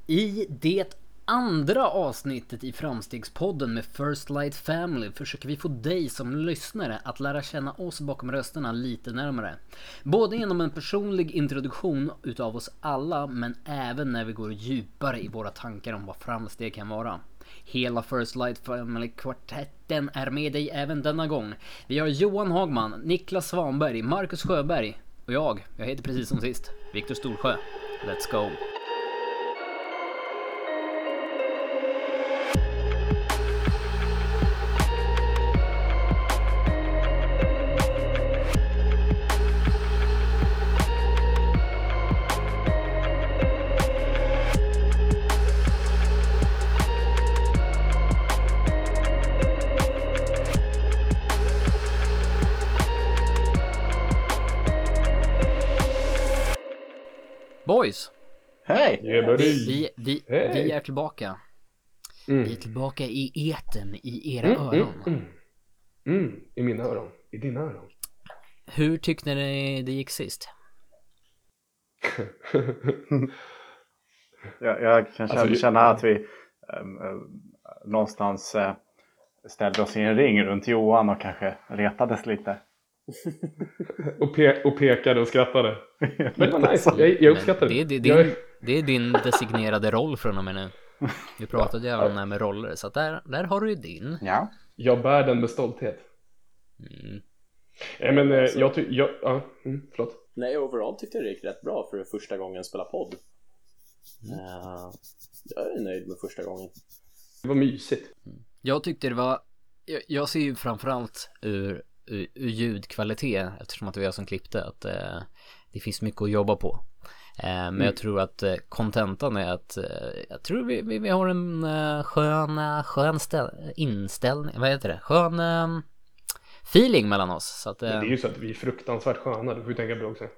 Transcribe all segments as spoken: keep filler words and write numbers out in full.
I det andra avsnittet i Framstegspodden med First Light Family försöker vi få dig som lyssnare att lära känna oss bakom rösterna lite närmare. Både genom en personlig introduktion utav oss alla, men även när vi går djupare i våra tankar om vad framsteg kan vara. Hela First Light Family-kvartetten är med dig även denna gång. Vi har Johan Hagman, Niklas Svanberg, Marcus Sjöberg och jag, jag heter precis som sist, Viktor Storsjö. Let's go! Boys, hej! Vi, vi, hey. vi är tillbaka. Mm. Vi är tillbaka i etern, i era mm, öron. Mm, mm. Mm, i mina öron, i dina öron. Hur tyckte ni det gick sist? jag, jag kan känna, alltså, känna att vi um, någonstans uh, ställde oss i en ring runt Johan och kanske retades lite. och, pe- och pekade och skrattade. Men det var nice. Jag, jag uppskattar det. Det, det, det, det är din designerade roll från och med nu. Vi pratade ju om det här med roller, så att där, där har du ju din. Ja. Jag bär den med stolthet. Mm. Nej, men eh, jag tycker... Jag, ja, mm, förlåt. Nej, overall tyckte jag det gick rätt bra för första gången spela podd. Mm. Uh, jag är nöjd med första gången. Det var mysigt. Mm. Jag tyckte det var... Jag, jag ser ju framförallt ur... ljudkvalitet, eftersom att det var jag som klippte, att eh, det finns mycket att jobba på. Eh, men mm. jag tror att eh, kontentan är att eh, jag tror vi, vi, vi har en eh, skön, skön ställ, inställning, vad heter det? Skön eh, feeling mellan oss. Så att, eh, men det är ju så att vi är fruktansvärt sköna, du får ju tänka på det också.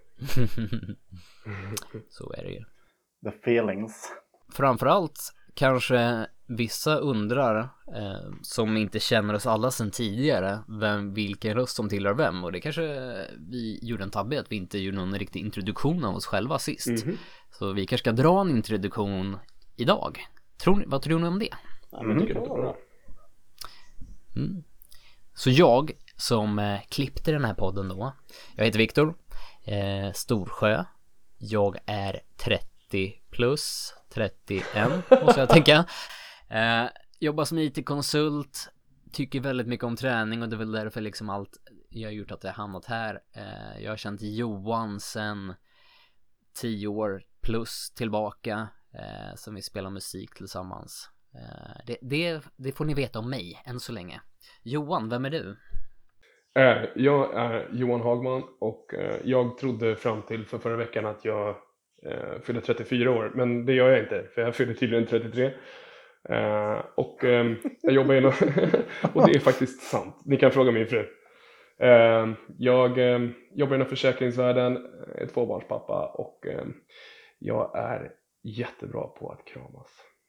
Så är det ju. The feelings. Framförallt kanske vissa undrar eh, som inte känner oss alla sedan tidigare vem, vilken röst som tillhör vem, och det kanske vi gjorde en tabbe att vi inte gjorde någon riktig introduktion av oss själva sist. Mm-hmm. Så vi kanske ska dra en introduktion idag. Tror ni, vad tror ni om det? Ja, men det kan vara bra. Mm. Så jag som eh, klippte den här podden då, jag heter Viktor eh, Storsjö. Jag är trettio plus trettioen måste jag tänka. Eh, jobbar som I T-konsult, tycker väldigt mycket om träning, och det är väl därför liksom allt jag har gjort att jag har hamnat här. Eh, jag har känt Johan sen tio år plus tillbaka, eh, som vi spelar musik tillsammans. Eh, det, det, det får ni veta om mig än så länge. Johan, vem är du? Eh, jag är Johan Hagman, och eh, jag trodde fram till för förra veckan att jag Uh, fyller trettiofyra år, men det gör jag inte, för jag fyller tydligen trettiotre. uh, och um, jag jobbar inom och det är faktiskt sant, ni kan fråga min fru. uh, jag um, jobbar inom försäkringsvärlden, är tvåbarnspappa, och um, jag är jättebra på att kramas.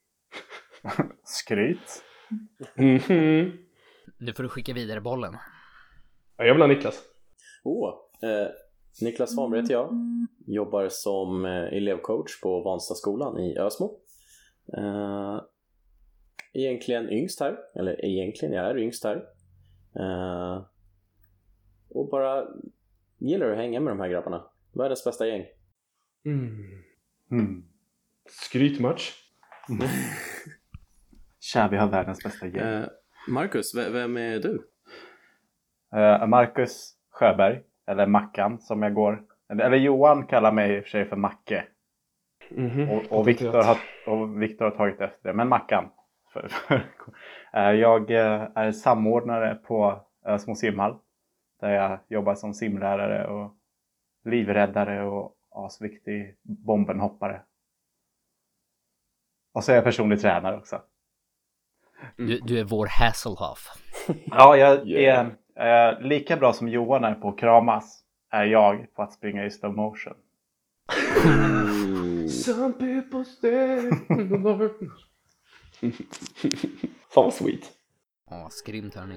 Skryt. Mm-hmm. Nu får du skicka vidare bollen. Ja, jag vill ha Niklas. Åh, oh, eh, Niklas Svanberg heter jag. Jobbar som elevcoach på Vanstaskolan i Ösmo. Uh, egentligen yngst här. Eller egentligen, jag är yngst här. Uh, och bara gillar att hänga med de här grabbarna. Världens bästa gäng. Mm. Mm. Skrytmatch. Mm. Tja, vi har världens bästa gäng. Uh, Marcus, v- vem är du? Uh, Marcus Sjöberg. Eller Mackan som jag går. Eller Johan kallar mig i och för sig för Macke. Mm-hmm. Och, och, Viktor har, och Viktor har tagit efter det. Men Mackan. För, för, jag är samordnare på Ösmo simhall. Där jag jobbar som simlärare och livräddare och asviktig bombenhoppare. Och så är jag personlig tränare också. Du, du är vår Hasselhoff. Ja, jag är äh, lika bra som Johan är på att kramas. Är jag på att springa i slow motion. Some people stay. Fan vad sweet. Ja, skrymt hörni.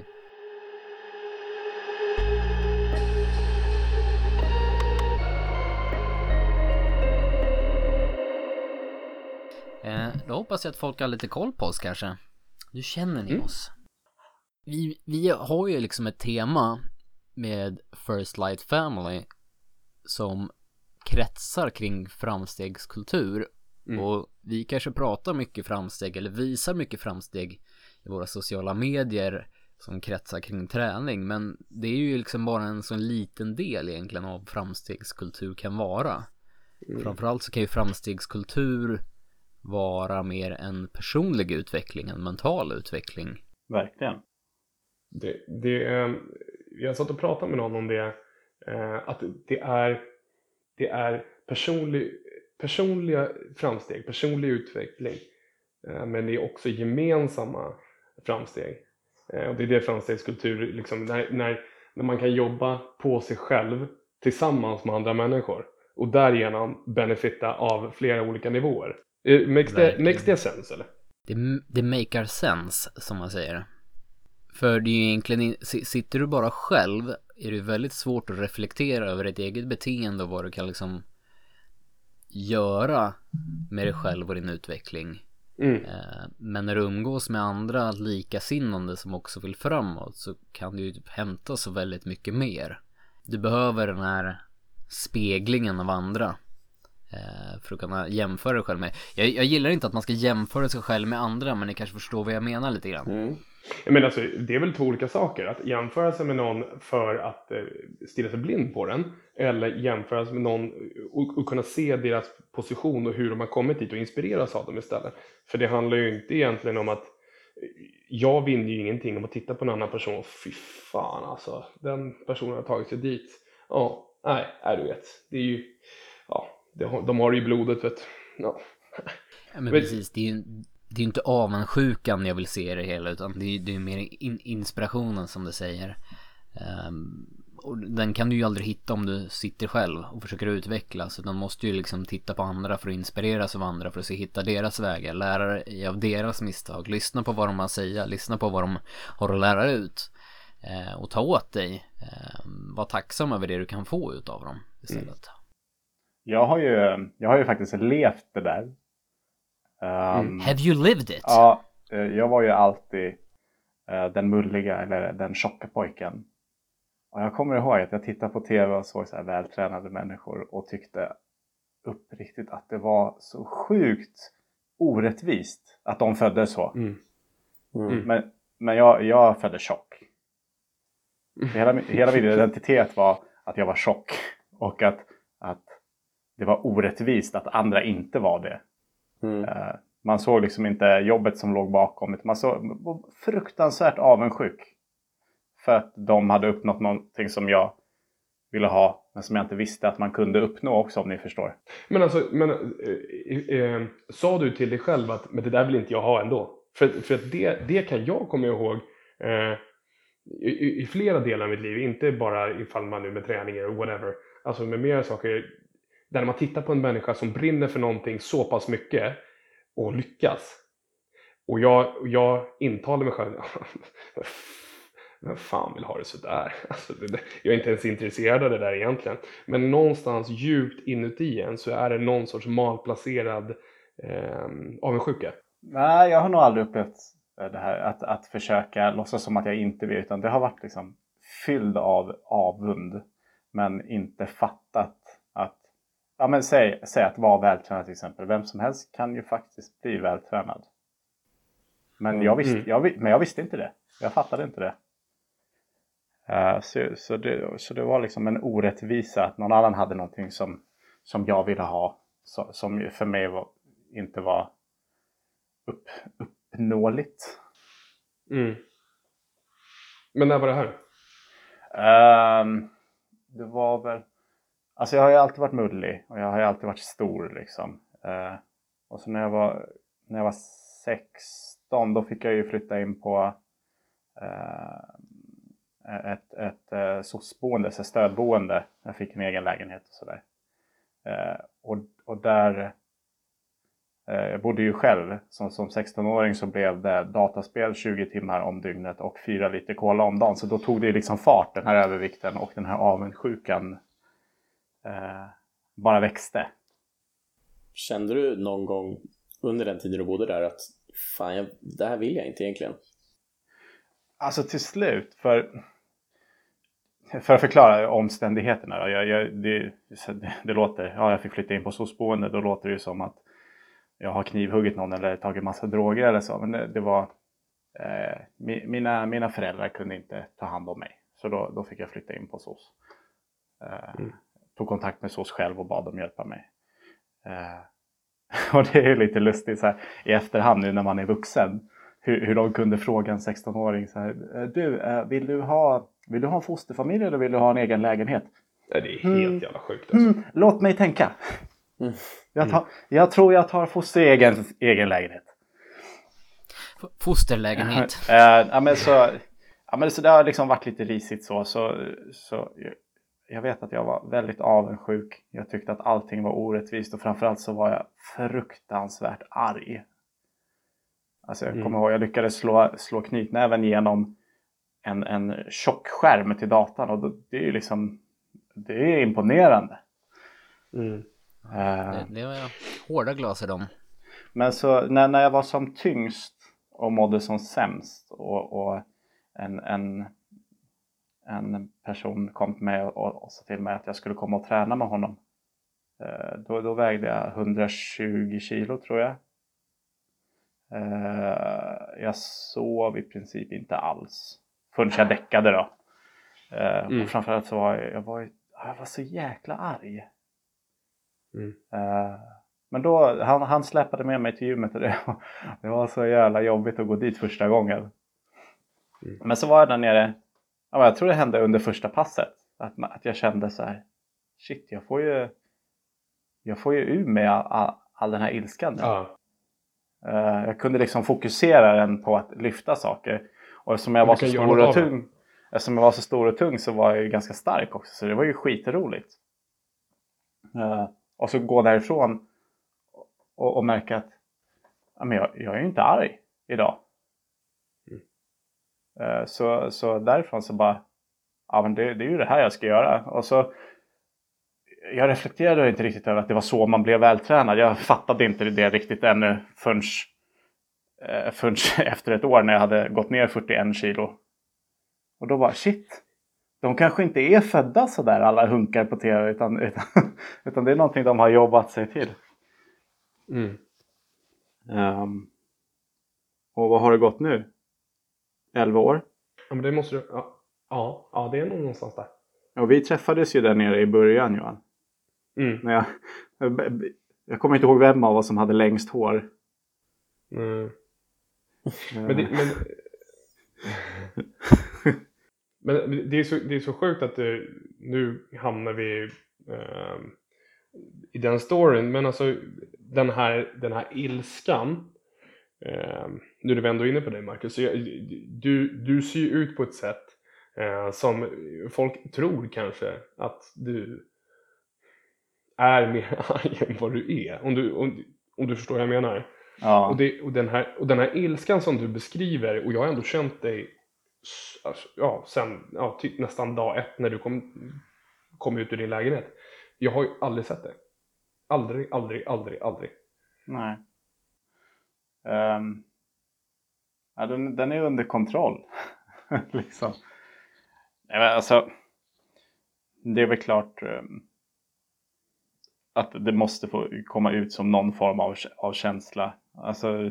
Eh, då hoppas jag att folk har lite koll på oss kanske. Nu känner ni Mm. oss. Vi, vi har ju liksom ett tema med First Light Family som kretsar kring framstegskultur. Mm. Och vi kanske pratar mycket framsteg eller visar mycket framsteg i våra sociala medier som kretsar kring träning. Men det är ju liksom bara en sån liten del egentligen av framstegskultur kan vara. Mm. Framförallt så kan ju framstegskultur vara mer en personlig utveckling, en mental utveckling. Verkligen. Det, det, jag satt och pratade med någon om det, att det är, det är personlig, personliga framsteg, personlig utveckling, men det är också gemensamma framsteg. Och det är det framstegskultur, liksom, när, när, när man kan jobba på sig själv tillsammans med andra människor och därigenom benefita av flera olika nivåer. Makes det, makes det sense, eller? Det, det makar sense, som man säger. För det är ju egentligen, sitter du bara själv är det väldigt svårt att reflektera över ett eget beteende och vad du kan liksom göra med dig själv och din utveckling. Mm. Men när du umgås med andra likasinnande som också vill framåt så kan du ju typ hämta så väldigt mycket mer. Du behöver den här speglingen av andra för att kunna jämföra dig själv med. Jag, jag gillar inte att man ska jämföra sig själv med andra, men ni kanske förstår vad jag menar lite grann. Mm. Men alltså, det är väl två olika saker. Att jämföra sig med någon för att eh, stirra sig blind på den, eller jämföra sig med någon och, och kunna se deras position och hur de har kommit dit och inspireras av dem istället. För det handlar ju inte egentligen om att jag vinner ju ingenting om att titta på en annan person och fy fan alltså, den personen har tagit sig dit. Ja, nej, nej, du vet. Det är ju, ja, det, de har ju blodet, vet du. Ja. Ja, men precis, det är ju det är inte avundsjukan jag vill se det hela, utan det är, det är mer in, inspirationen som du säger. Um, och den kan du ju aldrig hitta om du sitter själv och försöker utvecklas, så de måste ju liksom titta på andra för att inspireras av andra, för att se, hitta deras vägar, lära dig av deras misstag, lyssna på vad de har att säga, lyssna på vad de har att lära ut uh, och ta åt dig. Uh, var tacksam över det du kan få ut av dem istället. Mm. Jag har ju, jag har ju faktiskt levt det där. Um, Have you lived it? Ja, jag var ju alltid uh, den mulliga eller den tjocka pojken. Och jag kommer ihåg att jag tittade på tv och såg så här vältränade människor och tyckte uppriktigt att det var så sjukt orättvist att de föddes så. Mm. Mm. Men, men jag, jag föddes tjock. Hela, hela min identitet var att jag var tjock och att, att det var orättvist att andra inte var det. Mm. Uh, man såg liksom inte jobbet som låg bakom. Man såg fruktansvärt avundsjuk. För att de hade uppnått någonting som jag ville ha. Men som jag inte visste att man kunde uppnå också, om ni förstår. Men alltså, men, eh, eh, sa du till dig själv att men det där vill inte jag ha ändå? För, för att det, det kan jag komma ihåg eh, i, i flera delar av mitt liv. Inte bara ifall man nu med träning eller whatever. Alltså med mer saker. Där man tittar på en människa som brinner för någonting så pass mycket och lyckas. Och jag, jag intalar mig själv. Vem fan vill ha det sådär? Alltså, det, jag är inte ens intresserad av det där egentligen. Men någonstans djupt inuti en så är det någon sorts malplacerad eh, avundsjuka. Nej, jag har nog aldrig upplevt det här. Att, att försöka låtsas som att jag inte vill. Utan det har varit liksom fylld av avund. Men inte fattat att ja, men säg, säg att vara vältränad till exempel. Vem som helst kan ju faktiskt bli vältränad. Men jag visste, mm. jag, men jag visste inte det. Jag fattade inte det. Uh, så, så det. Så det var liksom en orättvisa att någon annan hade någonting som, som jag ville ha. Så, som för mig var, inte var upp, uppnåeligt. Mm. Men när var det här? Uh, det var väl... Alltså jag har ju alltid varit mullig och jag har ju alltid varit stor liksom. Uh, och så när jag var när jag var sexton då fick jag ju flytta in på uh, ett, ett uh, soc-boende, ett stödboende. Jag fick en egen lägenhet och sådär. Uh, och, och där uh, jag bodde ju själv. Som, som sexton-åring så blev det dataspel tjugo timmar om dygnet och fyra liter cola om dagen. Så då tog det liksom fart, den här övervikten och den här avundsjukan. Uh, bara växte. Kände du någon gång under den tiden du bodde där att fan, jag, det här vill jag inte egentligen? Alltså till slut, för, för att förklara omständigheterna. Då, jag, jag, det, det, det låter, ja jag fick flytta in på S O S-boende, då låter det ju som att jag har knivhuggit någon eller tagit massa droger eller så. Men det, det var, eh, mina, mina föräldrar kunde inte ta hand om mig. Så då, då fick jag flytta in på S O S. Eh, mm. Tog kontakt med S O S själv och bad dem hjälpa mig. Eh, och det är lite lustigt så här, i efterhand nu när man är vuxen. Hur, hur de kunde fråga en sexton-åring så här, du, eh, vill du ha vill du ha en fosterfamilj eller vill du ha en egen lägenhet? Ja, det är helt mm. jävla sjukt alltså. Mm, låt mig tänka. Mm. Jag, tar, jag tror jag tar foster egen, egen lägenhet. F- fosterlägenhet. uh, ja, men så, ja, men så det har liksom varit lite risigt så. Så, så jag, jag vet att jag var väldigt avundsjuk. Jag tyckte att allting var orättvist. Och framförallt så var jag fruktansvärt arg. Alltså jag kommer mm. ihåg, jag lyckades slå, slå knytnäven genom en, en tjock skärm till datan. Och då, det är ju liksom, det är imponerande. Mm. Det, det var hårda glaser de. Men så när, när jag var som tyngst och mådde som sämst och, och en, en, en person kom till mig och, och sa till mig att jag skulle komma och träna med honom. Då, då vägde jag hundratjugo kilo tror jag. Jag sov i princip inte alls. Förrän jag däckade då. Mm. Och framförallt så var jag, jag, var, jag var så jäkla arg. Mm. Uh, men då, han, han släpade med mig till gymmet och det, det var så jävla jobbigt att gå dit första gången. Mm. Men så var jag där nere, ja, jag tror det hände under första passet. Att, att jag kände så här, shit jag får ju, jag får ju ur med all, all, all den här ilskan. Ja. Uh, jag kunde liksom fokusera den på att lyfta saker. Och eftersom jag var så stor och tung, eftersom jag var så stor och tung så var jag ju ganska stark också. Så det var ju skitroligt. Uh, Och så gå därifrån och, och märka att ja, men jag, jag är ju inte arg idag. Mm. Uh, så, så därifrån så bara, ja men det, det är ju det här jag ska göra. Och så, jag reflekterade inte riktigt över att det var så man blev vältränad. Jag fattade inte det riktigt ännu förrän, uh, förrän efter ett år när jag hade gått ner fyrtioen kilo. Och då bara, shit. De kanske inte är födda så där alla hunkar på tv utan, utan, utan det är någonting de har jobbat sig till. Mm. Um, och vad har det gått nu? elva år? Ja, men det måste du... Ja, ja, ja det är nog någonstans där. Och vi träffades ju där nere i början, Johan. Mm. När jag, jag kommer inte ihåg vem av oss som hade längst hår. Mm. Uh. Men det... Men... Men det är så, det är så sjukt att det, nu hamnar vi eh, i den storyn. Men alltså den här, den här ilskan. Eh, nu är vi ändå inne på dig Marcus. Så jag, du, du ser ju ut på ett sätt eh, som folk tror kanske att du är mer arg än vad du är. Om du, om, om du förstår vad jag menar. Ja. Och, det, och, den här, och den här ilskan som du beskriver. Och jag har ändå känt dig... Alltså, ja, sen ja, typ nästan dag ett när du kom, kom ut ur din lägenhet. Jag har ju aldrig sett det. Aldrig, aldrig, aldrig, aldrig. Nej. Um, ja, den, den är under kontroll. liksom. Nej, men alltså, det är väl klart um, att det måste få komma ut som någon form av, av känsla. Alltså...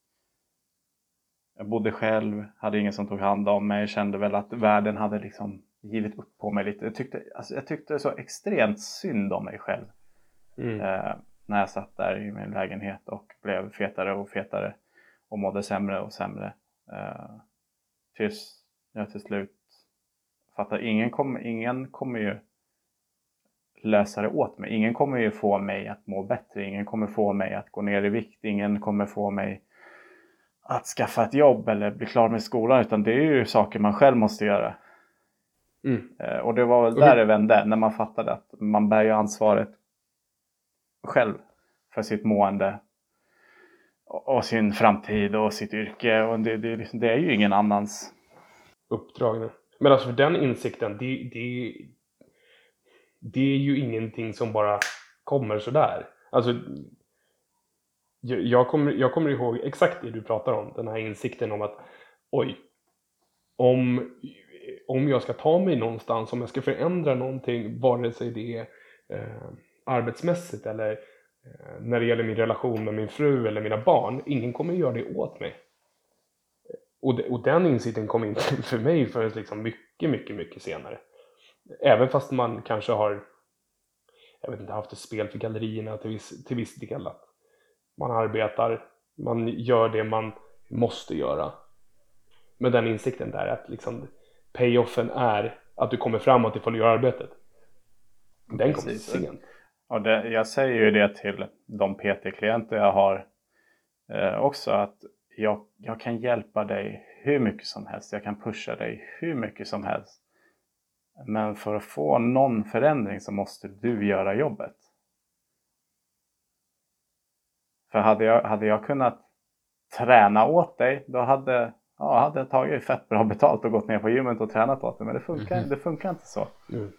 Jag bodde själv, hade ingen som tog hand om mig. Jag kände väl att världen hade liksom givit upp på mig lite. Jag tyckte, alltså jag tyckte så extremt synd om mig själv. Mm. Eh, när jag satt där i min lägenhet och blev fetare och fetare. Och mådde sämre och sämre. Eh, tills jag till slut fattade. Ingen, kom, ingen kommer ju lösa det åt mig. Ingen kommer ju få mig att må bättre. Ingen kommer få mig att gå ner i vikt. Ingen kommer få mig att skaffa ett jobb eller bli klar med skolan, utan det är ju saker man själv måste göra. Mm. Eh, och det var väl där det vände, när man fattade att man bär ju ansvaret själv för sitt mående och, och sin framtid och sitt yrke, och det, det, det är ju ingen annans uppdrag nu. Men alltså för den insikten, det, det, det är ju ingenting som bara kommer sådär. Alltså jag, jag, kommer, jag kommer ihåg exakt det du pratar om. Den här insikten om att oj, om, om jag ska ta mig någonstans, om jag ska förändra någonting, vare sig det är eh, arbetsmässigt eller eh, när det gäller min relation med min fru eller mina barn, ingen kommer göra det åt mig. Och, de, och den insikten kom inte för mig för liksom mycket, mycket, mycket senare. Även fast man kanske har, jag vet inte, haft ett spel för gallerierna till viss, till viss del. Att man arbetar, man gör det man måste göra. Men den insikten där att liksom payoffen är att du kommer framåt ifall du gör arbetet. Den kommer sent. Och det, jag säger ju det till de P T-klienter jag har eh, också, att jag, jag kan hjälpa dig hur mycket som helst. Jag kan pusha dig hur mycket som helst. Men för att få någon förändring så måste du göra jobbet. För hade jag, hade jag kunnat träna åt dig, då hade, ja, hade jag tagit fett bra betalt och gått ner på gymmet och tränat åt dig. Men det funkar, mm. det funkar inte så. Mm.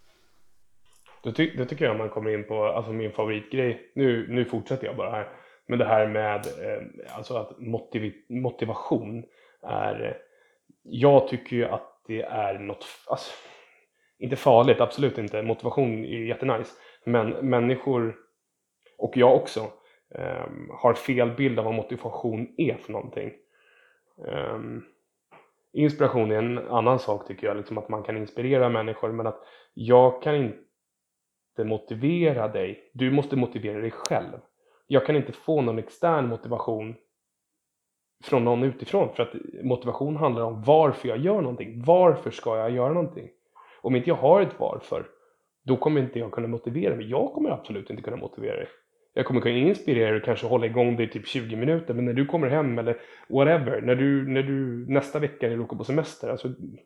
Då, ty- då tycker jag man kommer in på alltså min favoritgrej. Nu, nu fortsätter jag bara här. Men det här med eh, alltså att motiv- motivation är... Eh, jag tycker ju att det är något... Alltså, inte farligt, absolut inte. Motivation är jättenice. Men människor, och jag också, eh, har fel bild av vad motivation är för någonting. Eh, inspiration är en annan sak tycker jag. Liksom att man kan inspirera människor. Men att jag kan inte motivera dig. Du måste motivera dig själv. Jag kan inte få någon extern motivation från någon utifrån. För att motivation handlar om varför jag gör någonting. Varför ska jag göra någonting? Om inte jag har ett varför, då kommer inte jag kunna motivera mig. Jag kommer absolut inte kunna motivera dig. Jag kommer kunna inspirera dig och kanske hålla igång dig typ tjugo minuter. Men när du kommer hem eller whatever, när du, när du nästa vecka är åker på semester, alltså,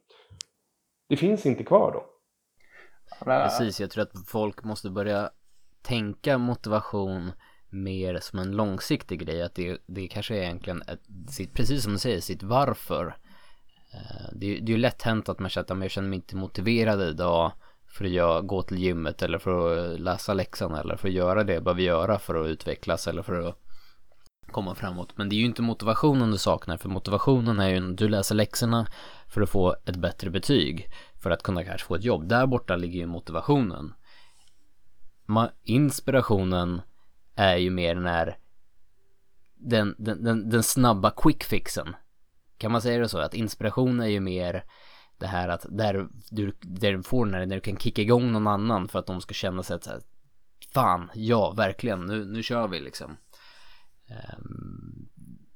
det finns inte kvar då. Precis, jag tror att folk måste börja tänka motivation mer som en långsiktig grej. Att det, det kanske är egentligen ett, sitt, precis som du säger, sitt varför. Det är, det är ju lätt hänt att man känner att jag känner mig inte motiverad idag för att jag gå till gymmet eller för att läsa läxan eller för att göra det jag behöver göra för att utvecklas eller för att komma framåt. Men det är ju inte motivationen du saknar, för motivationen är ju att du läser läxorna för att få ett bättre betyg, för att kunna kanske få ett jobb. Där borta ligger ju motivationen. Ma- inspirationen är ju mer när den, den, den, den snabba quick fixen. Kan man säga det så? Att inspiration är ju mer det här att där du, där du får när, när du kan kicka igång någon annan för att de ska känna sig att så här, fan, ja, verkligen, nu, nu kör vi liksom. Um,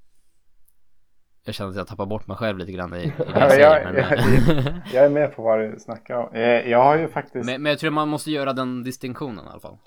jag känner att jag tappar bort mig själv lite grann i, i det jag säger. Men, jag, jag, jag är med på vad du snackar om. Jag har ju faktiskt... Men, men jag tror man måste göra den distinktionen i alla fall.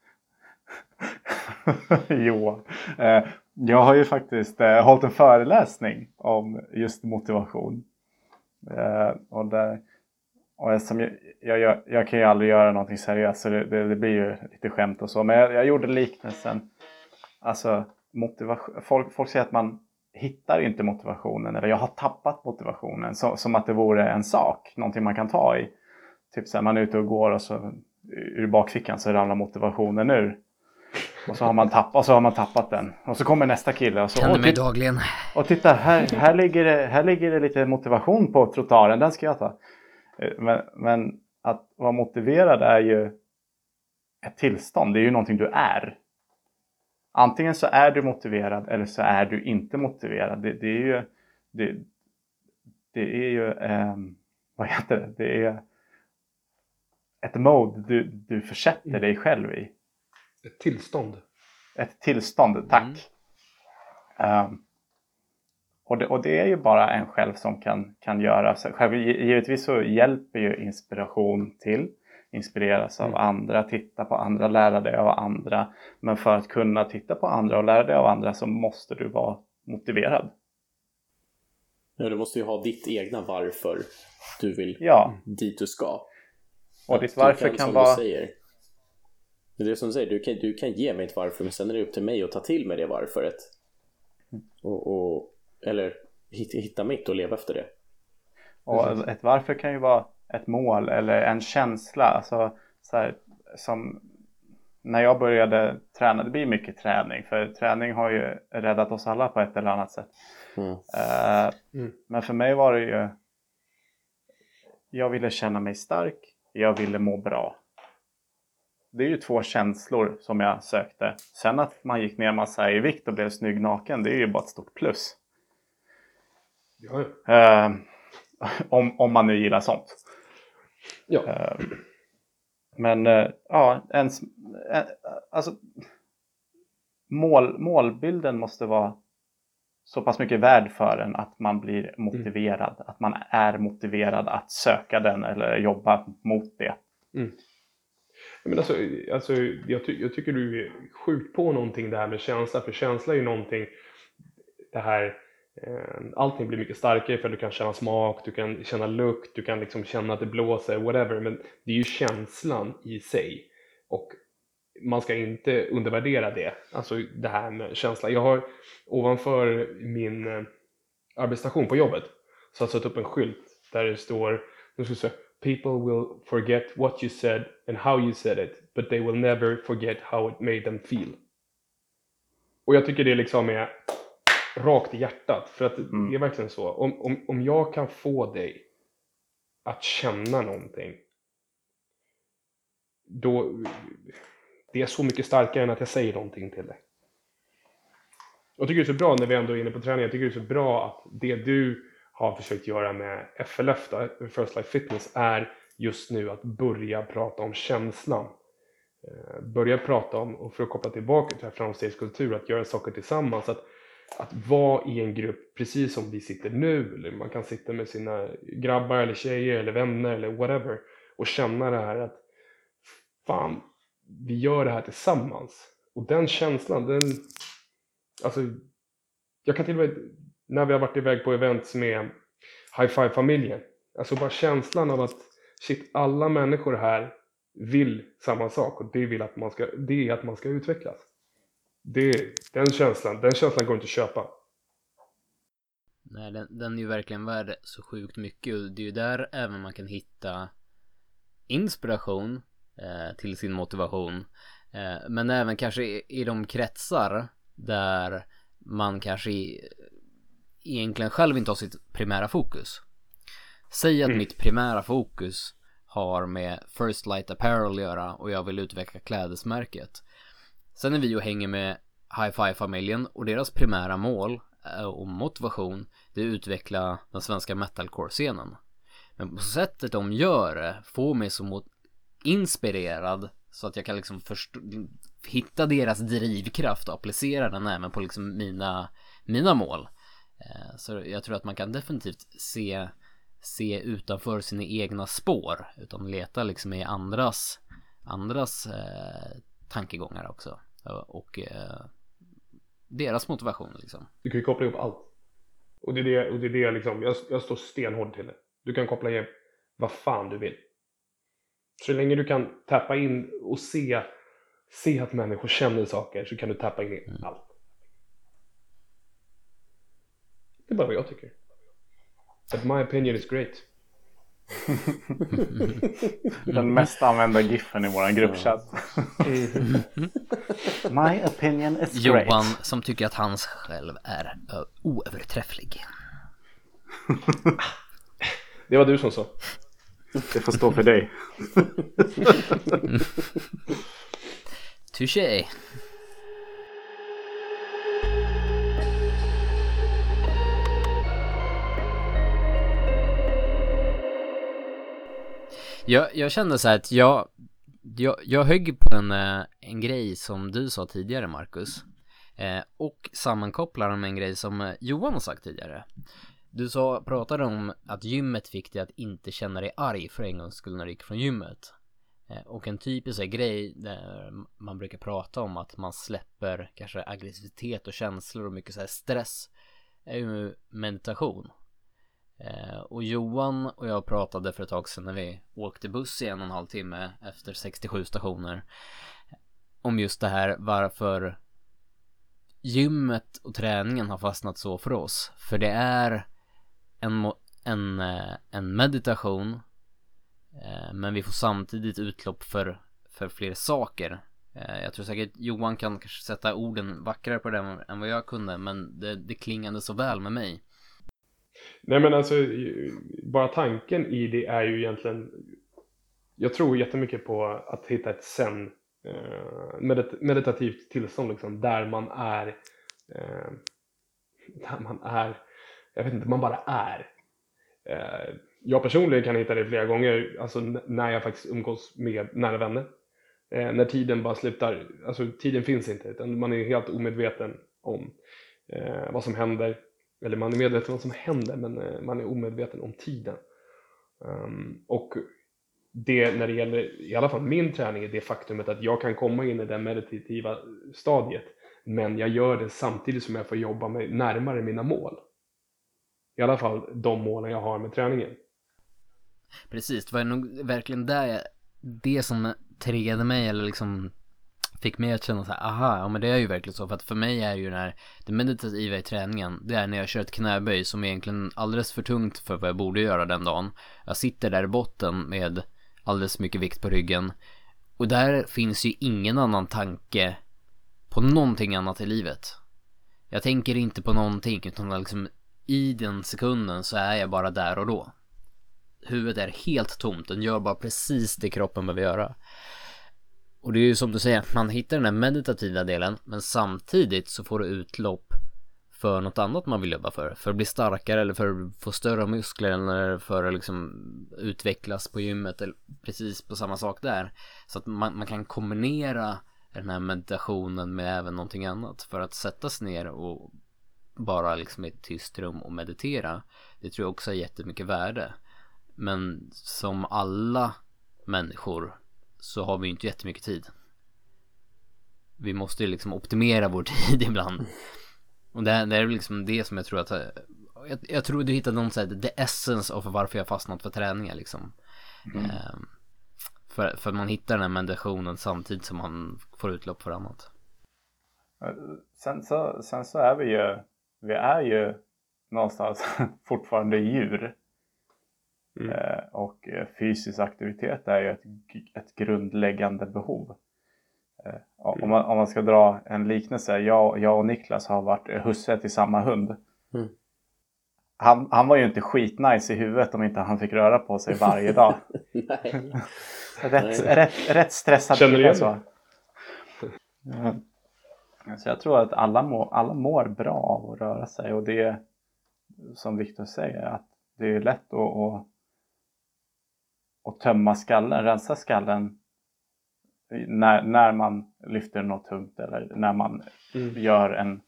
Jo, eh, jag har ju faktiskt eh, hållit en föreläsning om just motivation. Eh, och där, och som jag, jag, jag, jag kan ju aldrig göra någonting seriöst, så det, det, det blir ju lite skämt och så. Men jag, jag gjorde liknelsen. Alltså, motivation, folk, folk säger att man hittar inte motivationen, eller jag har tappat motivationen, så, som att det vore en sak, någonting man kan ta i. Typ så här, man är ute och går och så ur bakfickan så ramlar motivationen ur. Och så har man tappat, och så har man tappat den. Och så kommer nästa kille och så känner mig titt- dagligen. Och titta, här, här, ligger det, här ligger det lite motivation på trottoaren, den ska jag ta. Men, men att vara motiverad är ju ett tillstånd, det är ju någonting du är. Antingen så är du motiverad eller så är du inte motiverad. Det, det är ju det, det är ju eh, vad heter det? Det är ett mode du, du försätter dig själv i. Ett tillstånd. Ett tillstånd, tack. Mm. Um, och, det, och det är ju bara en själv som kan, kan göra. Så själv, givetvis så hjälper ju inspiration till. Inspireras av mm. andra, titta på andra, lära dig av andra. Men för att kunna titta på andra och lära dig av andra så måste du vara motiverad. Ja, du måste ju ha ditt egna varför du vill ja. dit du ska. Och ditt varför kan, kan vara... Säger, det är det som du säger, du kan, du kan ge mig ett varför, men sen är det upp till mig att ta till mig det varföret. Och, och, eller hitta mitt och leva efter det. Och ett varför kan ju vara ett mål eller en känsla. Alltså, så här, som när jag började träna, det blir mycket träning. För träning har ju räddat oss alla på ett eller annat sätt. Mm. Uh, Mm. Men för mig var det ju, jag ville känna mig stark, jag ville må bra. Det är ju två känslor som jag sökte. Sen att man gick ner massa i vikt och blev snygg naken, det är ju bara ett stort plus. Ja, ja. Uh, om, om man nu gillar sånt. Ja. Uh, men uh, ja, en, en, alltså mål, målbilden måste vara så pass mycket värd för en att man blir motiverad. Mm. Att man är motiverad att söka den eller jobba mot det. Mm. Men alltså, alltså, jag, ty- jag tycker du är sjukt på någonting det här med känsla. För känsla är ju någonting, det här, eh, allting blir mycket starkare för du kan känna smak, du kan känna lukt, du kan liksom känna att det blåser, whatever. Men det är ju känslan i sig. Och man ska inte undervärdera det. Alltså det här med känsla. Jag har ovanför min eh, arbetsstation på jobbet så har jag satt upp en skylt där det står, nu ska jag säga, people will forget what you said and how you said it, but they will never forget how it made them feel. Och jag tycker det liksom är rakt i hjärtat. För att mm. det är verkligen så. Om, om, om jag kan få dig att känna någonting, då det är så mycket starkare än att jag säger någonting till dig. Jag tycker det är så bra när vi ändå är inne på träning. Jag tycker det är så bra att det du har försökt göra med F L F då, First Life Fitness, är just nu att börja prata om känslan. Börja prata om, och för att koppla tillbaka till framstegskultur, att göra saker tillsammans. Att, att vara i en grupp precis som vi sitter nu. Eller man kan sitta med sina grabbar eller tjejer eller vänner eller whatever. Och känna det här att fan, vi gör det här tillsammans. Och den känslan, den, alltså, jag kan till och med, när vi har varit iväg på events med High Five-familjen, alltså bara känslan av att shit, alla människor här vill samma sak, och det vill att man ska, det är att man ska utvecklas. Det, den känslan, den känslan går inte att köpa. Nej, den, den är ju verkligen värd så sjukt mycket, och det är ju där även man kan hitta inspiration eh, till sin motivation. Eh, men även kanske i, i de kretsar där man kanske i, egentligen själv inte har sitt primära fokus. Säg att mm. mitt primära fokus har med First Light Apparel att göra och jag vill utveckla klädesmärket. Sen är vi och hänger med High Five-familjen och deras primära mål och motivation, det är att utveckla den svenska metalcore-scenen. Men på sättet de gör det får mig så inspirerad så att jag kan liksom förstå, hitta deras drivkraft och applicera den även på liksom mina, mina mål. Så jag tror att man kan definitivt se, se utanför sina egna spår, utan leta liksom i andras, andras eh, tankegångar också. Och eh, deras motivation liksom. Du kan ju koppla ihop allt. Och det är det, och det, är det liksom, jag, jag står stenhård till det. Du kan koppla ihop vad fan du vill. Så länge du kan tappa in och se, se att människor känner saker, så kan du tappa in i mm. allt. Det är bara vad jag tycker. But my opinion is great. Den mest använda giffen i våran gruppchatt. My opinion is Johan, great. Johan som tycker att hans själv är uh, oöverträfflig. Det var du som sa. Det får stå för dig. Touché. Jag, jag kände så här att jag, jag, jag högg på en, en grej som du sa tidigare, Marcus. Eh, och sammankopplar med en grej som Johan har sagt tidigare. Du sa, pratade om att gymmet fick dig att inte känna dig arg för en gång skulle när du gick från gymmet. Eh, och en typisk grej där man brukar prata om att man släpper kanske aggressivitet och känslor och mycket så här stress är ju meditation. Eh, och Johan och jag pratade för ett tag sedan när vi åkte buss i en och en halv timme efter sextiosju stationer om just det här, varför gymmet och träningen har fastnat så för oss. För det är en, en, en meditation, eh, men vi får samtidigt utlopp för, för fler saker. Eh, jag tror säkert Johan kan kanske sätta orden vackrare på det än vad jag kunde, men det, det klingade så väl med mig. Nej men alltså, bara tanken i det är ju egentligen, jag tror jättemycket på att hitta ett zen, eh, medit- meditativt tillstånd liksom, där man är, eh, där man är, jag vet inte, man bara är. Eh, jag personligen kan hitta det flera gånger, alltså n- när jag faktiskt umgås med nära vänner. Eh, när tiden bara slutar, alltså tiden finns inte, utan man är helt omedveten om eh, vad som händer. Eller man är medveten om vad som händer, men eh, man är omedveten om tiden. Um, och det, när det gäller i alla fall min träning, är det faktumet att jag kan komma in i det meditativa stadiet, men jag gör det samtidigt som jag får jobba mig närmare mina mål. I alla fall de målen jag har med träningen. Precis, det var nog verkligen där det som triggade mig, eller liksom fick mig att känna så här, aha, ja men det är ju verkligen så. För att för mig är ju den här, det meditativa i träningen, det är när jag kör ett knäböj som är egentligen alldeles för tungt för vad jag borde göra den dagen. Jag sitter där i botten med alldeles mycket vikt på ryggen, och där finns ju ingen annan tanke på någonting annat i livet. Jag tänker inte på någonting, utan liksom i den sekunden så är jag bara där och då. Huvudet är helt tomt, den gör bara precis det kroppen behöver göra. Och det är ju som du säger, man hittar den här meditativa delen, men samtidigt så får du utlopp för något annat man vill jobba för. För att bli starkare, eller för att få större muskler, eller för att liksom utvecklas på gymmet, eller precis på samma sak där. Så att man, man kan kombinera den här meditationen med även någonting annat. För att sätta sig ner och bara liksom i ett tyst rum och meditera, det tror jag också har jättemycket värde. Men som alla människor så har vi ju inte jättemycket tid. Vi måste ju liksom optimera vår tid ibland. Och det, det är liksom det som jag tror att jag, jag tror du hittade någon sån här the essence of varför jag fastnat för träningar liksom. Mm. Um, för, för man hittar den här meditationen samtidigt som man får utlopp för annat. Sen så, sen så är vi ju vi är ju någonstans fortfarande djur. Mm. Eh, och fysisk aktivitet är ju ett, ett grundläggande behov. Eh, mm. om, man, om man ska dra en liknelse, jag, jag och Niklas har varit husse till samma hund. Mm. Han, han var ju inte skitnice i huvudet om inte han fick röra på sig varje dag. Nej. rätt, Nej. Rätt, rätt stressad. Känner du igen så. Mm. Så jag tror att alla, må, alla mår bra av att röra sig. Och det är, som Viktor säger, att det är lätt att, att, att tömma skallen, rensa skallen när, när man lyfter något tungt, eller när man mm. gör en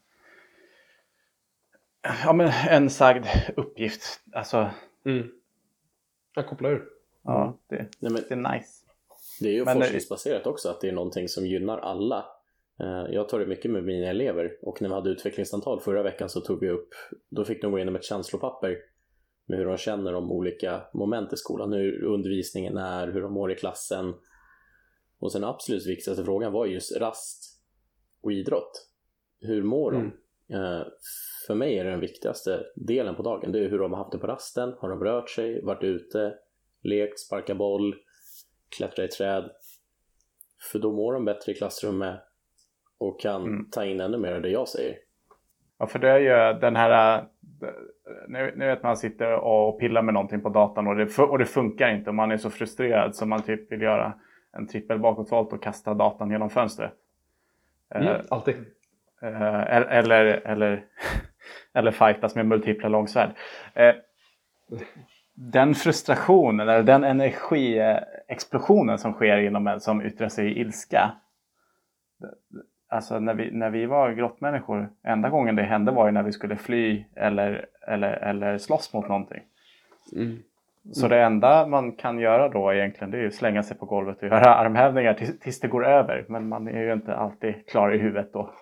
ja, men en sagd uppgift. Alltså, mm. jag kopplar ur. Ja, det, Nej, men, det är nice. Det är ju men forskningsbaserat det... också, att det är någonting som gynnar alla. Jag tar det mycket med mina elever, och när vi hade utvecklingssamtal förra veckan så tog vi upp, då fick de gå igenom ett känslopapper med hur de känner om olika moment i skolan, hur undervisningen är, hur de mår i klassen. Och sen absolut viktigaste frågan var just rast och idrott. Hur mår de? Mm. För mig är det den viktigaste delen på dagen. Det är hur de har haft det på rasten, har de rört sig, varit ute, lekt, sparka boll, klättra i träd. För då mår de bättre i klassrummet och kan mm. ta in ännu mer av det jag säger. Ja, för det är ju den här, nu, nu vet man sitter och pillar med någonting på datorn och det, och det funkar inte, och man är så frustrerad så man typ vill göra en trippel bakåtvolt och kasta datorn genom fönstret. Mm, eh, alltid. Eh, eller, eller, eller fightas med multipla långsvärd. Eh, den frustrationen, eller den energiexplosionen som sker inom en, som yttrar sig i ilska. Alltså när vi, när vi var grottmänniskor, enda gången det hände var ju när vi skulle fly eller, eller, eller slåss mot någonting. Mm. Så det enda man kan göra då egentligen, det är ju slänga sig på golvet och göra armhävningar tills, tills det går över. Men man är ju inte alltid klar i huvudet då.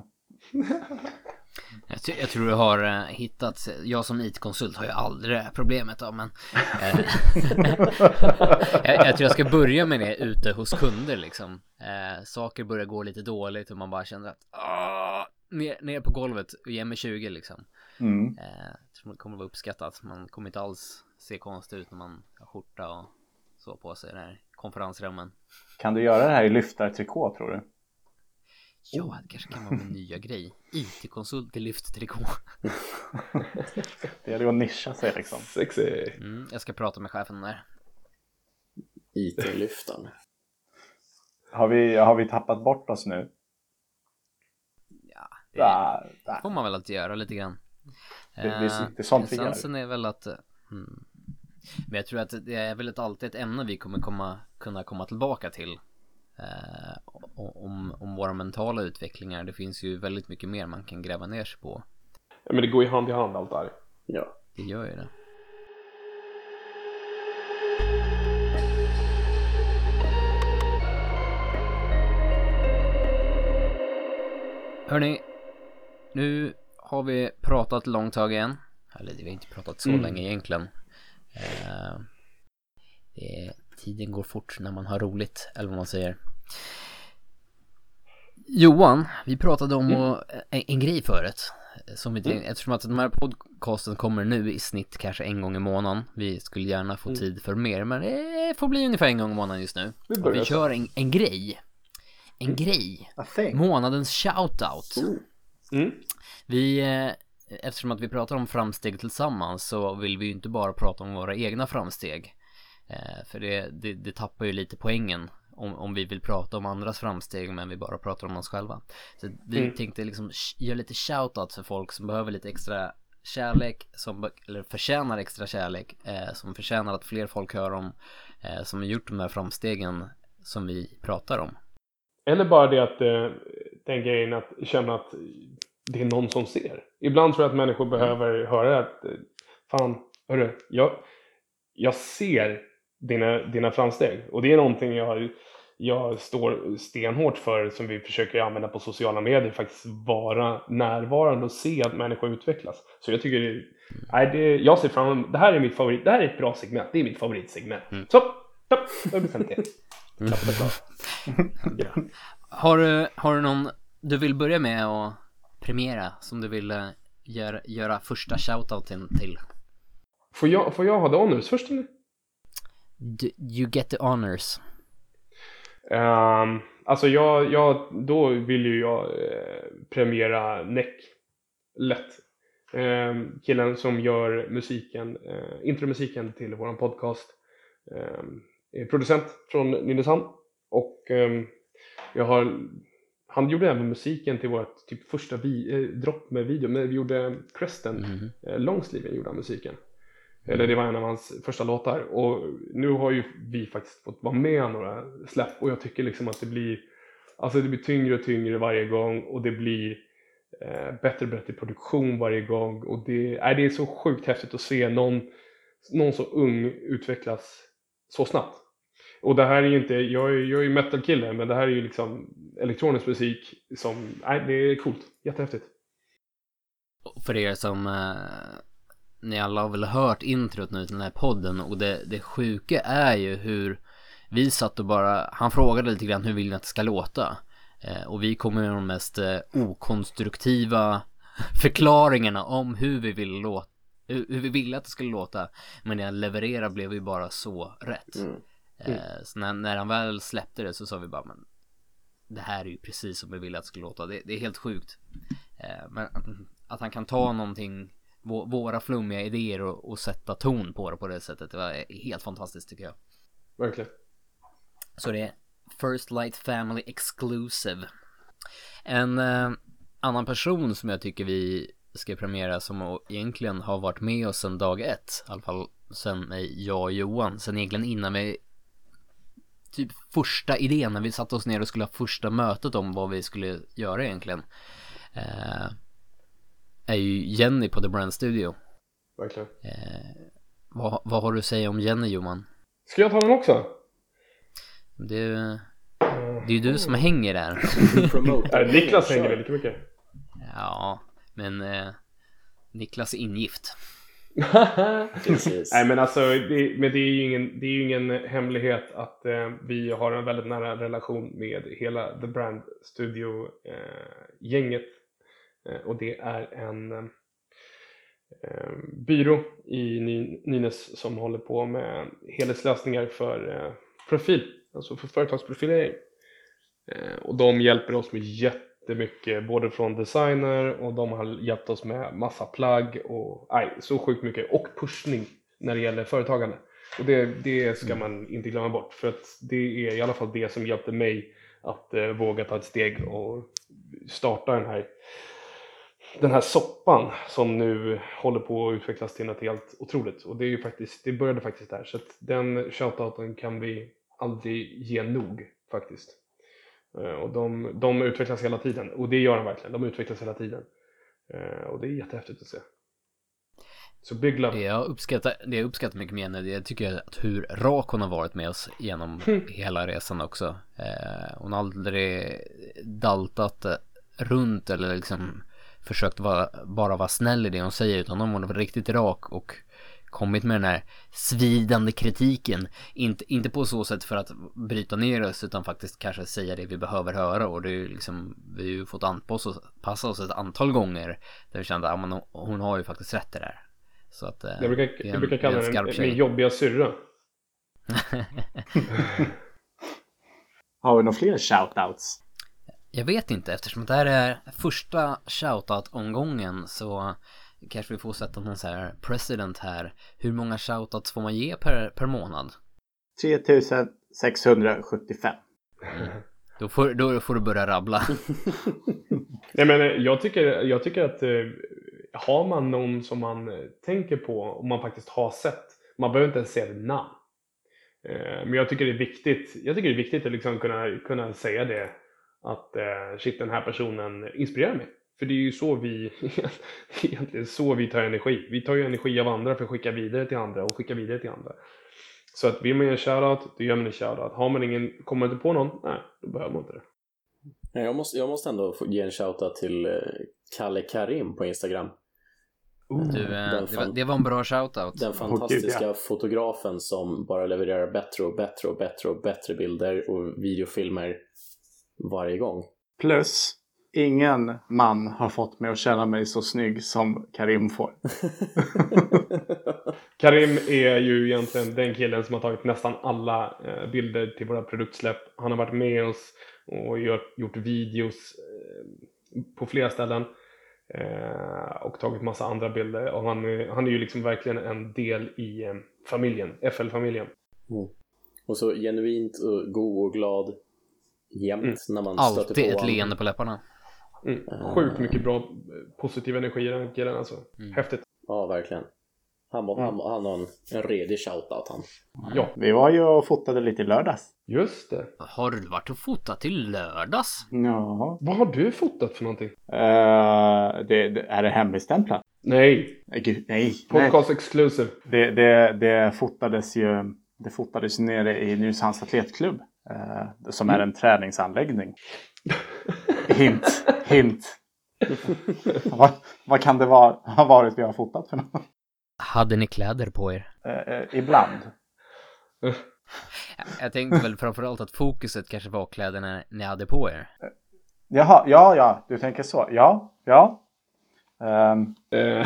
Jag, t- jag tror du har uh, hittat, jag som I T-konsult har ju aldrig det här problemet då, men uh, jag, jag tror jag ska börja med det ute hos kunder liksom. Uh, saker börjar gå lite dåligt och man bara känner att uh, ner, ner på golvet och ge mig tjugo liksom. Mm. Uh, jag tror det kommer vara uppskattat. Man kommer inte alls se konstigt ut när man har skjorta och så på sig i den här konferensrummen. Kan du göra det här i lyftartrikå, tror du? Ja, det kanske kan vara min nya grej. I T-konsult i lyfttrikå. Det är det att nischa sig liksom. Sexy. Mm, jag ska prata med chefen där. I T-lyftan. Har vi, har vi tappat bort oss nu? Ja, det Där, där. får man väl att göra lite grann. Det, det, det är sånt vi gör. Essensen är väl att mm, men jag tror att det är väl ett, alltid ett ämne vi kommer komma, kunna komma tillbaka till eh, om, om våra mentala utvecklingar. Det finns ju väldigt mycket mer man kan gräva ner sig på. Ja, men det går ju hand i hand allt där. Ja. Det gör ju det. Hörrni, nu har vi pratat långt tag igen. Eller vi har inte pratat så mm. länge egentligen. Uh, det, tiden går fort när man har roligt, eller vad man säger. Johan, vi pratade om mm. och, en, en grej förut. Som vi, mm. Eftersom att den här podcasten kommer nu i snitt kanske en gång i månaden. Vi skulle gärna få mm. tid för mer, men det får bli ungefär en gång i månaden just nu. Vi, vi kör en, en grej. En mm. grej. Månadens shoutout. Mm. Mm. Vi, eftersom att vi pratar om framsteg tillsammans, så vill vi ju inte bara prata om våra egna framsteg. För det, det, det tappar ju lite poängen om, om vi vill prata om andras framsteg men vi bara pratar om oss själva. Så vi mm. tänkte liksom göra lite shoutout för folk som behöver lite extra kärlek, som, eller förtjänar extra kärlek, eh, som förtjänar att fler folk hör om, eh, som har gjort de här framstegen som vi pratar om. Eller bara det att eh, den grejen att känna att det är någon som ser. Ibland tror jag att människor behöver mm. höra att fan, hörru, jag, jag ser dina, dina framsteg. Och det är någonting jag, jag står stenhårt för, som vi försöker använda på sociala medier. Faktiskt vara närvarande och se att människor utvecklas. Så jag tycker det, nej, det, jag ser fram emot, det här är mitt favorit, det här är ett bra segment, det är mitt favoritsegment. Mm. Så, stopp, jag blir femtio. Mm. Ja. Har du, har du någon du vill börja med att premiera som du vill uh, göra, göra första shoutouten till? Får jag, får jag ha the honors först eller? D- you get the honors. Um, alltså jag, jag, då vill ju jag eh, premiera Neck. Lätt. Um, killen som gör musiken, uh, intromusiken till våran podcast. Um, är producent från Nynäshamn. Och um, jag har, han gjorde även musiken till vårt typ första vi, eh, dropp med video. Men vi gjorde Creston, mm. eh, Longsleeve gjorde musiken. Eller det var en av hans första låtar. Och nu har ju vi faktiskt fått vara med några släpp. Och jag tycker liksom att det blir, alltså det blir tyngre och tyngre varje gång. Och det blir eh, bättre och bättre produktion varje gång. Och det, äh, det är så sjukt häftigt att se någon, någon så ung utvecklas så snabbt. Och det här är ju inte, jag är, jag är ju metal-kille, men det här är ju liksom elektronisk musik som, nej, det är coolt, jättehäftigt. För er som eh, ni alla har väl hört introt nu till den här podden, och det, det sjuka är ju hur vi satt och bara, han frågade lite grann hur vill ni att det ska låta, eh, och vi kommer med de mest eh, okonstruktiva förklaringarna om hur vi vill låta, hur, hur vi ville att det skulle låta, men när jag levererade blev vi bara så rätt. Mm. Mm. Så när, när han väl släppte det så sa vi bara, men det här är ju precis som vi ville att det skulle låta. Det, det är helt sjukt. Men att han kan ta någonting, våra flummiga idéer och, och sätta ton på det på det sättet, det var helt fantastiskt tycker jag. Verkligen. Så det är First Light Family Exclusive. En eh, annan person som jag tycker vi ska premiera, som egentligen har varit med oss sedan dag ett, i alla fall sen mig, jag och Johan, sen egentligen innan vi typ första idén, när vi satte oss ner och skulle ha första mötet om vad vi skulle göra egentligen, eh, är ju Jenny på The Brand Studio. Verkligen. Eh, vad, vad har du att säga om Jenny, Johan? Ska jag ta den också? Det, det är ju du som hänger där. äh, Niklas hänger väldigt mycket. Ja, men eh, Niklas är ingift. Nej men alltså det, men det är ju ingen, det är ju ingen hemlighet att eh, vi har en väldigt nära relation med hela The Brand Studio eh, gänget, eh, och det är en eh, byrå i Nynäs som håller på med helhetslösningar för eh, profil, alltså för företagsprofilering, eh, och de hjälper oss med jätte, jättemycket både från designer och de har hjälpt oss med massa plagg och nej, så sjukt mycket och pushning när det gäller företagande. Och det, det ska man inte glömma bort, för att det är i alla fall det som hjälpte mig att eh, våga ta ett steg och starta den här den här soppan som nu håller på att utvecklas till något helt otroligt. Och det är ju faktiskt, det började faktiskt där, så att den shoutouten kan vi aldrig ge nog faktiskt. Eh, och de, de utvecklas hela tiden, och det gör de verkligen, de utvecklas hela tiden. Eh, och det är jättehäftigt att se. Så big love. Det jag uppskattar, det jag uppskattar mycket mer, det tycker jag att hur rak hon har varit med oss genom mm. hela resan också. Eh, hon har aldrig daltat runt eller liksom försökt vara, bara vara snäll i det hon säger, utan hon har varit riktigt rak och kommit med den här svidande kritiken. Inte, inte på så sätt för att bryta ner oss, utan faktiskt kanske säga det vi behöver höra. Och det är ju liksom, vi har ju fått anpassa oss, passa oss ett antal gånger där vi kände att ja, hon har ju faktiskt rätt det där. Så att, jag brukar, en, jag brukar kalla den min jobbiga syrra. Har vi några fler shoutouts? Jag vet inte, eftersom det här är första shoutout-omgången så kanske vi får sätta någon så här president här. Hur många shoutouts får man ge per, per månad? tre tusen sexhundrasjuttiofem. Mm. Då, får, då får du börja rabbla. Nej, men jag tycker, jag tycker att eh, har man någon som man tänker på och man faktiskt har sett, man behöver inte ens säga det namn. Eh, men jag tycker det är viktigt, jag tycker det är viktigt att liksom kunna, kunna säga det, att eh, shit, den här personen inspirerar mig. För det är ju så vi egentligen så vi tar energi. Vi tar ju energi av andra för att skicka vidare till andra och skicka vidare till andra. Så att vill man ge en shoutout, då gör man en shoutout. Har man ingen, kommer man inte på någon, nej, då behöver man inte det. Jag måste, jag måste ändå ge en shoutout till eh, Kalle Karim på Instagram. Uh, du, eh, det, var, det var en bra shoutout. Den fantastiska oh, fotografen som bara levererar bättre och bättre och bättre och bättre bilder och videofilmer varje gång. Plus, ingen man har fått mig att känna mig så snygg som Karim får. Karim är ju egentligen den killen som har tagit nästan alla eh, bilder till våra produktsläpp. Han har varit med oss och gjort, gjort videos eh, på flera ställen eh, och tagit massa andra bilder. Och han, han är ju liksom verkligen en del i eh, familjen, F L-familjen. Mm. Och så genuint och god och glad jämt mm. när man alltid stöter på ett honom. leende på läpparna. Mm. Sjukt mycket bra positiv energi i den killen alltså. Mm. Häftigt. Ja, verkligen. Han, mm. han, han har en, en redig shoutout han. Ja. Vi var ju och fotade lite i lördags. Just det. Har du varit och fotat i lördags? Ja. Vad har du fotat för någonting? Uh, det, det, är det hemligstämplat? Nej. Nej, gud, nej. Podcast nej. Exclusive. Det, det, det fotades ju det fotades nere i Nynäshamns atletklubb. Uh, som är en träningsanläggning. Hint, hint. vad, vad kan det vara, ha varit vi har fotat för något? Hade ni kläder på er? Uh, uh, ibland. Jag tänkte väl framförallt att fokuset kanske var kläderna ni hade på er. Uh, jaha, ja, ja, du tänker så. Ja, ja. Um.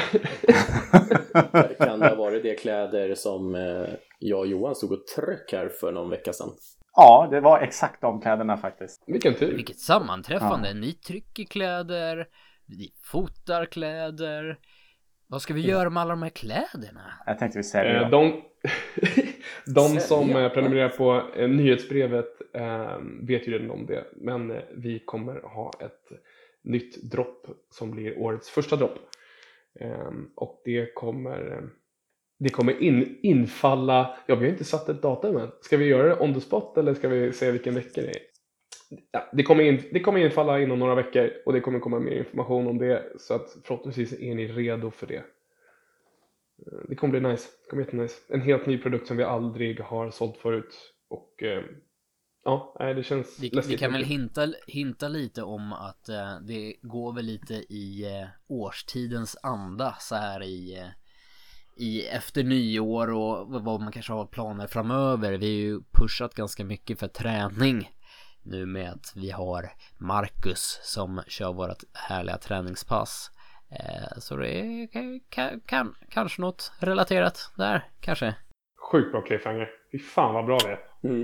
Kan det ha varit de kläder som uh, jag och Johan stod och tryck här för någon vecka sedan? Ja, det var exakt de kläderna faktiskt. Vilken tur. Vilket sammanträffande. Ja. Ni trycker kläder, vi fotar kläder. Vad ska vi mm. göra med alla de här kläderna? Jag tänkte vi säljer eh, De, de som eh, prenumererar på eh, nyhetsbrevet eh, vet ju redan om det. Men eh, vi kommer ha ett nytt dropp som blir årets första dropp. Eh, och det kommer... Eh, Det kommer in, infalla... Ja, vi har inte satt ett datum än. Ska vi göra det on the spot eller ska vi se vilken vecka det är? Ja, det, kommer in, det kommer infalla inom några veckor och det kommer komma mer information om det. Så att förhoppningsvis är ni redo för det. Det kommer bli nice. Det kommer bli nice. En helt ny produkt som vi aldrig har sålt förut. Och ja, det känns vi, läskigt. Vi kan väl hinta, hinta lite om att det går väl lite i årstidens anda så här i... i efter nyår och vad man kanske har planer framöver. Vi har ju pushat ganska mycket för träning nu med att vi har Marcus som kör vårat härliga träningspass. Eh, så det är kan, kan, kanske något relaterat där, kanske. Sjukt bra cliffhanger. Fy fan vad bra det är. Mm.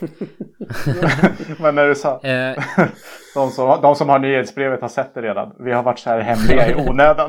Men när du sa Eh, de, som, de som har nyhetsbrevet har sett det redan. Vi har varit så här hemliga i onödan.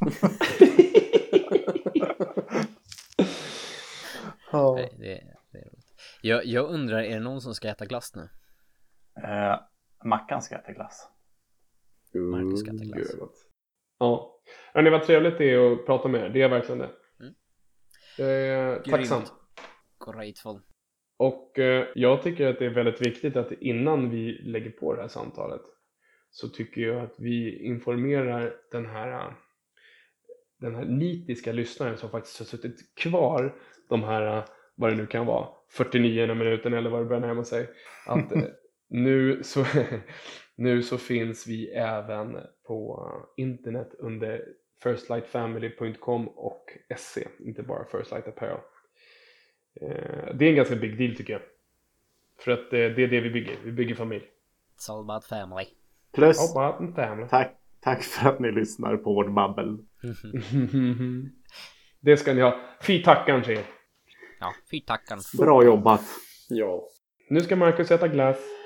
oh. nej, det, det är roligt. Jag, jag undrar, är det någon som ska äta glass nu? eh, Mackan ska äta glass. Marcus ska äta glass. Gud. Ja. Hörrni, vad trevligt det är att prata med er. Det är verkligen det. Mm. Jag är tacksam. Grateful. Och eh, jag tycker att det är väldigt viktigt att innan vi lägger på det här samtalet så tycker jag att vi informerar den här den här nitiska lyssnaren som faktiskt har suttit kvar de här, vad det nu kan vara, fyrtionio minuten eller vad det börjar närma sig, att eh, nu så nu så finns vi även på internet under first light family dot com och se, inte bara First Light Apparel. Det är en ganska big deal tycker jag. För att det är det vi bygger. Vi bygger familj. It's all about family. Plus, All about family. tack, tack för att ni lyssnar på vårt babbel. Det ska ni ha. Fy tackan till er. Ja, fy tackan. Bra jobbat. Ja. Nu ska Marcus äta glass.